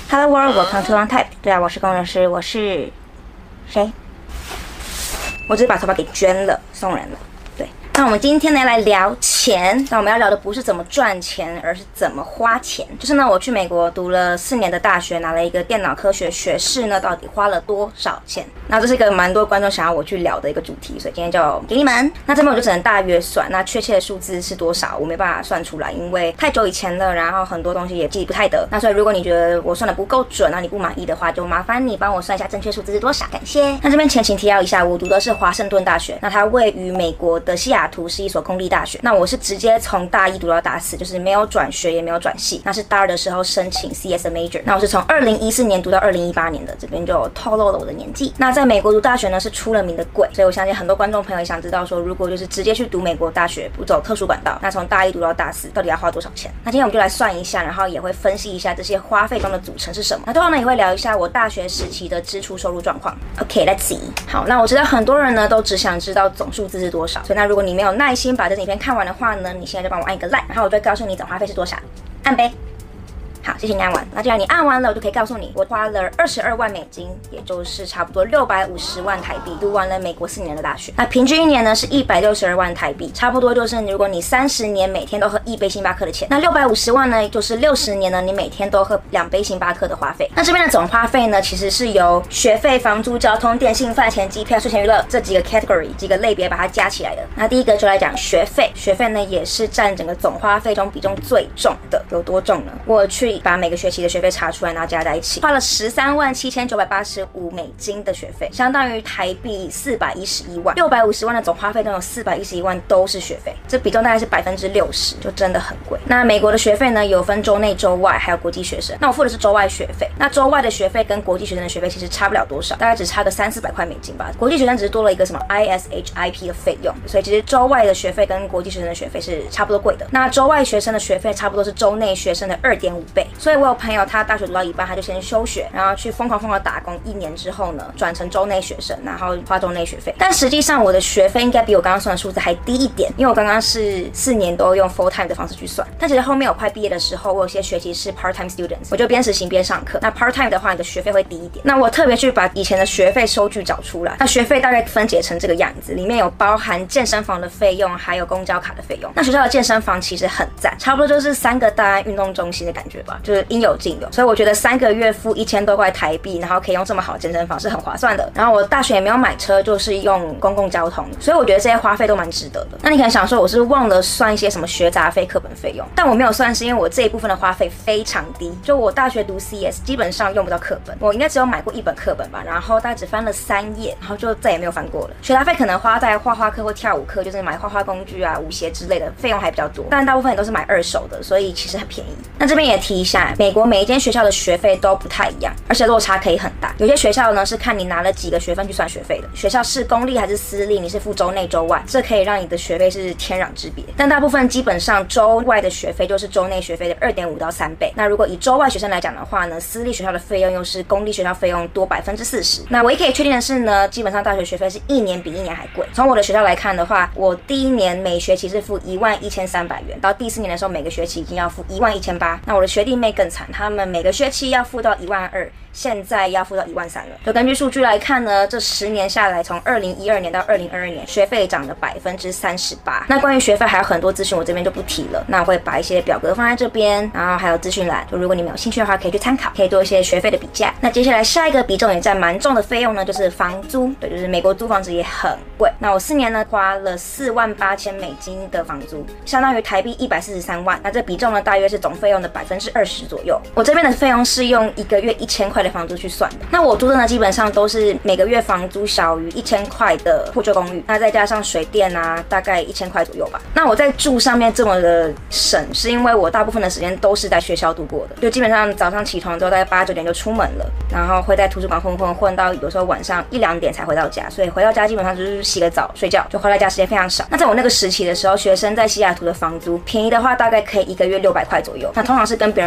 Hello World, welcome to OnType。对啊，我是工程师，我是谁？我只是把头发给捐了，送人了。对，那我们今天呢来聊钱。那我们要聊的不是怎么赚钱，而是怎么花钱。就是呢，我去美国读了4年的大学，拿了一个电脑科学学士呢，到底花了多少钱？那这是一个蛮多观众想要我去聊的一个主题，所以今天就给你们。那这边我就只能大约算，那确切的数字是多少，我没办法算出来，因为太久以前了，然后很多东西也记不太得。那所以如果你觉得我算的不够准，那你不满意的话，就麻烦你帮我算一下正确数字是多少，感谢。那这边前情提要一下，我读的是华盛顿大学，那它位于美国的西雅图，是一所公立大学。那我是直接从大1读到大4，就是没有转学也没有转系。那是大2的时候申请 CS 的 major， 那我是从2014年读到2018年的，这边就透露了我的年纪。那在美国读大学呢是出了名的贵，所以我相信很多观众朋友也想知道说，如果就是直接去读美国大学，不走特殊管道，那从大1读到大4到底要花多少钱？那今天我们就来算一下，然后也会分析一下这些花费中的组成是什么。那最后呢也会聊一下我大学时期的支出收入状况。OK，let's see。好，那我知道很多人呢都只想知道总数字是多少，所以那如果你没有耐心把这影片看完的话呢，你现在就帮我按一个 like， 然后我就会告诉你总花费是多少，按呗。好，谢谢你按完。那既然你按完了，我就可以告诉你，我花了22万美金，也就是差不多650万台币，读完了美国4年的大学。那平均一年呢是162万台币，差不多就是如果你30年每天都喝1杯星巴克的钱，那650万呢就是60年呢你每天都喝2杯星巴克的花费。那这边的总花费呢，其实是由学费、房租、交通、电信、饭钱、机票、睡前娱乐这几个 category 几个类别把它加起来的。那第一个就来讲学费，学费呢也是占整个总花费中比重最重的，有多重呢？我去把每个学期的学费查出来，然后加在一起，花了13万7985美金的学费，相当于台币411万。650万的总花费中有411万都是学费，这比重大概是60%，就真的很贵。那美国的学费呢，有分州内、州外，还有国际学生。那我付的是州外学费，那州外的学费跟国际学生的学费其实差不了多少，大概只差个300-400块美金吧。国际学生只是多了一个什么 ISHIP 的费用，所以其实州外的学费跟国际学生的学费是差不多贵的。那州外学生的学费差不多是州内学生的2.5倍，所以我有朋友他大学读到一半，他就先休学，然后去疯狂打工，1年之后呢，转成州内学生，然后花州内学费。但实际上我的学费应该比我刚刚算的数字还低一点，因为我刚刚是4年都用 full time 的方式去算。但其实后面我快毕业的时候，我有些学期是 part time students， 我就边实习边上课。那 part time 的话，你的学费会低一点。那我特别去把以前的学费收据找出来，那学费大概分解成这个样子，里面有包含健身房的费用，还有公交卡的费用。那学校的健身房其实很赞，差不多就是3个大安运动中心的感觉吧，就是应有尽有。所以我觉得3个月付1000多块台币，然后可以用这么好的健身房是很划算的。然后我大学也没有买车，就是用公共交通，所以我觉得这些花费都蛮值得的。那你可能想说，我是忘了算一些什么学杂费、课本费用，但我没有算是因为我这一部分的花费非常低。就我大学读 CS 基本上用不到课本，我应该只有买过1本课本吧，然后大概只翻了3页，然后就再也没有翻过了。学杂费可能花在画画课或跳舞课，就是买画画工具啊、舞鞋之类的费用还比较多，但大部分也都是买2手的，所以其实很便宜。那这边也提一下，美国每一间学校的学费都不太一样，而且落差可以很大。有些学校呢是看你拿了几个学分去算学费的，学校是公立还是私立，你是付州内州外，这可以让你的学费是天壤之别。但大部分基本上州外的学费就是州内学费的2.5到3倍。那如果以州外学生来讲的话呢，私立学校的费用又是公立学校费用多40%。那唯一可以确定的是呢，基本上大学学费是1年比1年还贵。从我的学校来看的话，我第1年每学期是付11300元，到第4年的时候每个学期已经要付11800。那我的学弟妹更惨，他们每个学期要付到12000，现在要付到13000了。就根据数据来看呢，这10年下来，从2012年到2022年，学费涨了38%。那关于学费还有很多资讯，我这边就不提了。那我会把一些表格放在这边，然后还有资讯栏，就如果你们有兴趣的话，可以去参考，可以做一些学费的比价。那接下来下一个比重也占蛮重的费用呢，就是房租。对，就是美国租房子也很贵。那我4年呢花了48000美金的房租，相当于台币143万。那这比重呢大约是总费用的20%左右。我这边的费用是用1个月1000块的房租去算的。那我租的呢基本上都是每个月房租小于1000块的破旧公寓，那再加上水电啊，大概1000块左右吧。那我在住上面这么的省，是因为我大部分的时间都是在学校度过的，就基本上早上起床之后大概8、9点就出门了，然后会在图书馆混到有时候晚上1、2点才回到家，所以回到家基本上就是洗个澡睡觉，就回到家时间非常少。那在我那个时期的时候，学生在西雅图的房租便宜的话大概可以1个月600块左右，那通常是跟别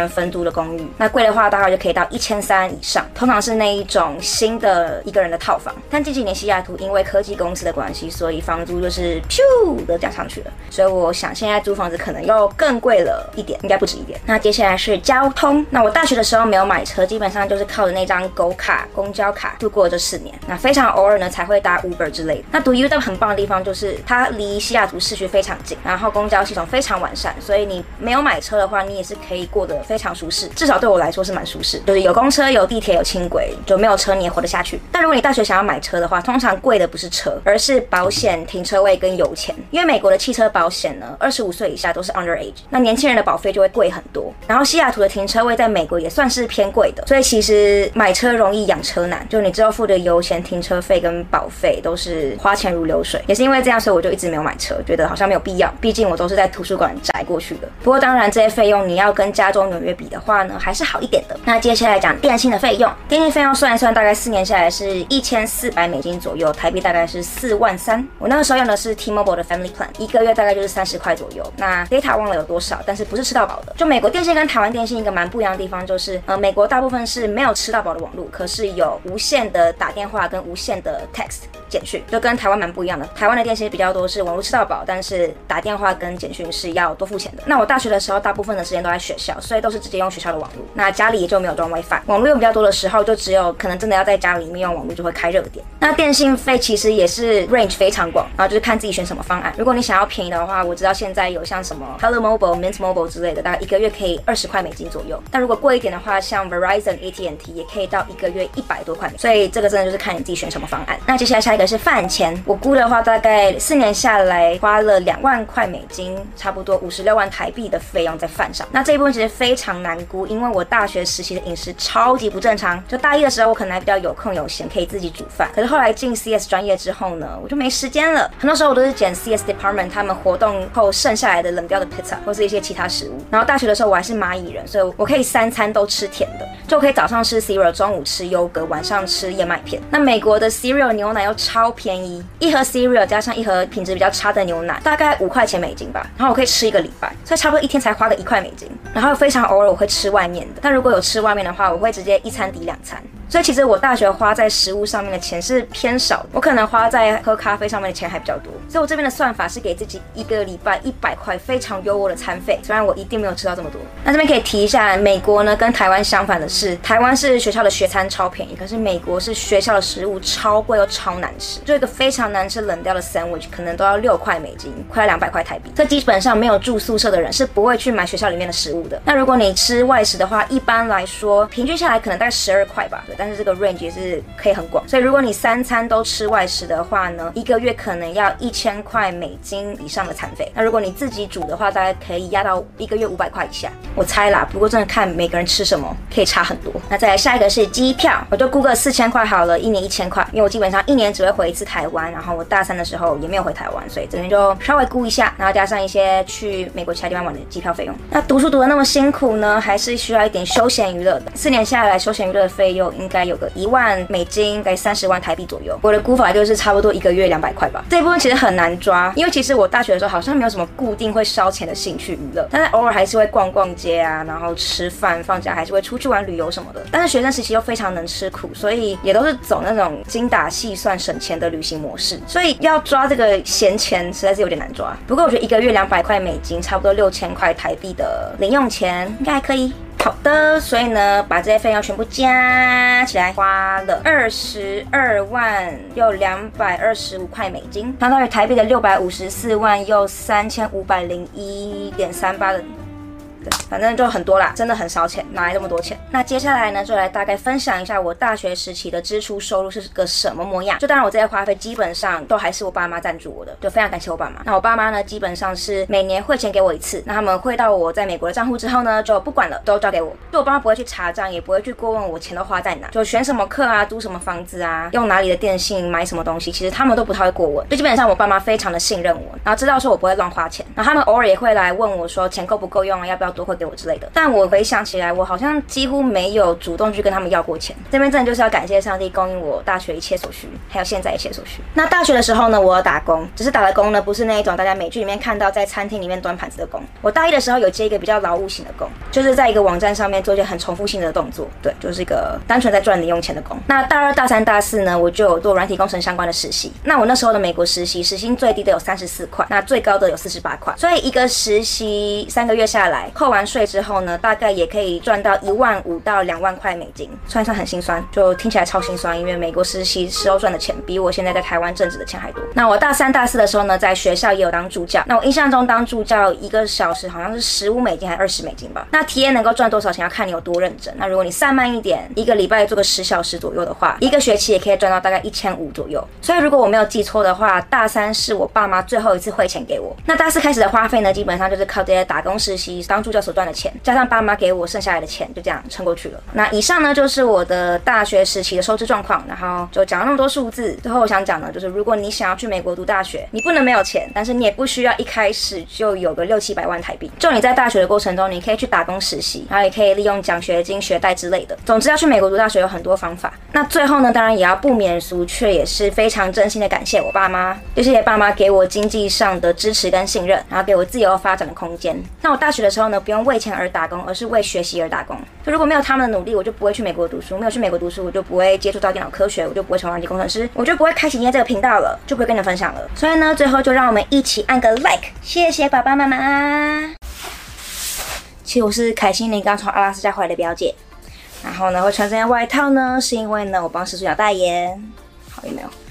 人分租的公寓，那贵的话大概就可以到1300以上，通常是那一种新的一个人的套房。但近几年西雅图因为科技公司的关系，所以房租就是咻的降上去了，所以我想现在租房子可能又更贵了一点，应该不止一点。那接下来是交通，那我大学的时候没有买车，基本上就是靠着那张狗卡、公交卡度过这4年。那非常偶尔呢才会搭 Uber 之类的。那读 UW 很棒的地方就是它离西雅图市区非常近，然后公交系统非常完善，所以你没有买车的话，你也是可以过得非常舒适，至少对我来说是蛮舒适，就是有公车、有地铁、有轻轨，就没有车你也活得下去。但如果你大学想要买车的话，通常贵的不是车，而是保险、停车位跟油钱。因为美国的汽车保险呢，25岁以下都是 underage， 那年轻人的保费就会贵很多。然后西雅图的停车位在美国也算是偏贵的，所以其实买车容易养车难，就你之后付的油钱、停车费跟保费都是花钱如流水。也是因为这样，所以我就一直没有买车，觉得好像没有必要，毕竟我都是在图书馆宅过去的。不过当然这些费用你要跟加州、纽约比的话呢，还是好一点的。那接下来讲电信的费用，电信费用算一算，大概4年下来是$1400左右，台币大概是43000。我那个时候用的是 T-Mobile 的 Family Plan， 一个月大概就是30块左右。那 data 忘了有多少，但是不是吃到饱的。就美国电信跟台湾电信一个蛮不一样的地方就是，美国大部分是没有吃到饱的网络，可是有无限的打电话跟无限的 text 简讯，就跟台湾蛮不一样的。台湾的电信比较多是网络吃到饱，但是打电话跟简讯是要多付钱的。那我大学的时候大部分的时间都在学校，所以都是直接用学校的网络。那家里也就没有装 WiFi， 网络用比较多的时候，就只有可能真的要在家里面用网络就会开热点。那电信费其实也是 range 非常广，然后就是看自己选什么方案。如果你想要便宜的话，我知道现在有像什么 Hello Mobile、Mint Mobile 之类的，大概一个月可以$20左右。但如果贵一点的话，像 Verizon、AT&T 也可以到一个月100多块。所以这个真的就是看你自己选什么方案。那接下来下一个是饭钱，我估的话大概4年下来花了$2万，差不多56万台币的费用在饭上。那这一部分其实非常难估，因为我大学时期的饮食超级不正常。就大一的时候我可能还比较有空有闲可以自己煮饭，可是后来进 CS 专业之后呢，我就没时间了。很多时候我都是捡 CS Department 他们活动后剩下来的冷掉的 pizza 或是一些其他食物。然后大学的时候我还是蚂蚁人，所以我可以3餐都吃甜的，就可以早上吃 cereal， 中午吃优格，晚上吃燕麦片。那美国的 cereal 牛奶又超便宜，一盒 cereal 加上一盒品质比较差的牛奶，大概$5吧。然后我可以吃1个礼拜，所以差不多一天才花个$1。然后非常偶尔我会吃外面的，但如果有吃外面的话，我会直接1餐抵2餐。所以其实我大学花在食物上面的钱是偏少的，我可能花在喝咖啡上面的钱还比较多。所以我这边的算法是给自己1个礼拜100块非常优渥的餐费，虽然我一定没有吃到这么多。那这边可以提一下，美国呢跟台湾相反的是，台湾是学校的学餐超便宜，可是美国是学校的食物超贵又超难吃，就一个非常难吃冷掉的 sandwich 可能都要$6，快200块台币。所以基本上没有住宿舍的人是不会去买学校里面的食物的。那如果你吃外食的话，一般来说平均下来可能大概12块吧，对，但是这个 range 也是可以很广。所以如果你3餐都吃外食的话呢，一个月可能要$1000以上的餐费。那如果你自己煮的话，大概可以压到一个月500块以下，我猜啦。不过真的看每个人吃什么，可以差很多。那再来下一个是机票，我就估个4000块好了，一年1000块，因为我基本上一年只会回一次台湾，然后我大3的时候也没有回台湾，所以这边就稍微估一下，然后加上一些去美国其他地方玩的机票费用。那读书读得那么辛苦呢，还是需要一点休闲娱乐的。4年下来，休闲娱乐的费用应该有个$1万，大概30万台币左右。我的估法就是差不多一个月200块吧。这一部分其实很难抓，因为其实我大学的时候好像没有什么固定会烧钱的兴趣娱乐，但是偶尔还是会逛逛街啊，然后吃饭，放假还是会出去玩旅游什么的。但是学生时期又非常能吃苦，所以也都是走那种精打细算省钱的旅行模式，所以要抓这个闲钱实在是有点难抓。不过我觉得一个月$200，差不多6000块台币的零用钱应该还可以。好的，所以呢，把这些费用全部加起来，花了22万又$225，相当于台币的654万又3501.38的。反正就很多啦，真的很少钱，哪来这么多钱？那接下来呢，就来大概分享一下我大学时期的支出收入是个什么模样。就当然我这些花费基本上都还是我爸妈赞助我的，就非常感谢我爸妈。那我爸妈呢，基本上是每年汇钱给我1次，那他们汇到我在美国的账户之后呢，就不管了，都交给我。就我爸妈不会去查账，也不会去过问我钱都花在哪，就选什么课啊，租什么房子啊，用哪里的电信，买什么东西，其实他们都不太会过问。就基本上我爸妈非常的信任我，然后知道说我不会乱花钱，然后他们偶尔也会来问我说钱够不够用啊，要不要多会给我之类的。但我回想起来，我好像几乎没有主动去跟他们要过钱。这边真的就是要感谢上帝供应我大学一切所需，还有现在一切所需。那大学的时候呢，我有打工，只是打的工呢不是那一种大家美剧里面看到在餐厅里面端盘子的工。我大一的时候有接一个比较劳务型的工，就是在一个网站上面做一些很重复性的动作，对，就是一个单纯在赚零用钱的工。那大二、大三、大四呢，我就有做软体工程相关的实习。那我那时候的美国实习，时薪最低的有34块，那最高的有48块，所以一个实习3个月下来，扣完税之后呢，大概也可以赚到15000到2万块美金，算一算很心酸，就听起来超心酸，因为美国实习时候赚的钱比我现在在台湾正职的钱还多。那我大三、大四的时候呢，在学校也有当助教。那我印象中当助教1个小时好像是15美金还是20美金吧。那体验能够赚多少钱要看你有多认真。那如果你散漫一点，一个礼拜做个10小时左右的话，一个学期也可以赚到大概1500左右。所以如果我没有记错的话，大三是我爸妈最后一次汇钱给我。那大四开始的花费呢，基本上就是靠这些打工实习、当助教所赚的钱，加上爸妈给我剩下来的钱，就这样撑过去了。那以上呢就是我的大学时期的收支状况，然后就讲了那么多数字。最后我想讲呢，就是如果你想要去美国读大学，你不能没有钱，但是你也不需要一开始就有个600-700万台币。就你在大学的过程中，你可以去打工实习，然后也可以利用奖学金、学贷之类的。总之要去美国读大学有很多方法。那最后呢，当然也要不免俗，却也是非常真心的感谢我爸妈，谢谢爸妈给我经济上的支持跟信任，然后给我自由发展的空间。那我大学的时候呢，不用为钱而打工，而是为学习而打工。就如果没有他们的努力，我就不会去美国读书；没有去美国读书，我就不会接触到电脑科学，我就不会成为软件工程师，我就不会开启今天这个频道了，就不会跟你们分享了。所以呢，最后就让我们一起按个 like， 谢谢爸爸妈妈。其实我是凯心凌刚从阿拉斯加回来的表姐，然后呢会穿这件外套呢，是因为呢我帮始祖鸟代言，好有没有？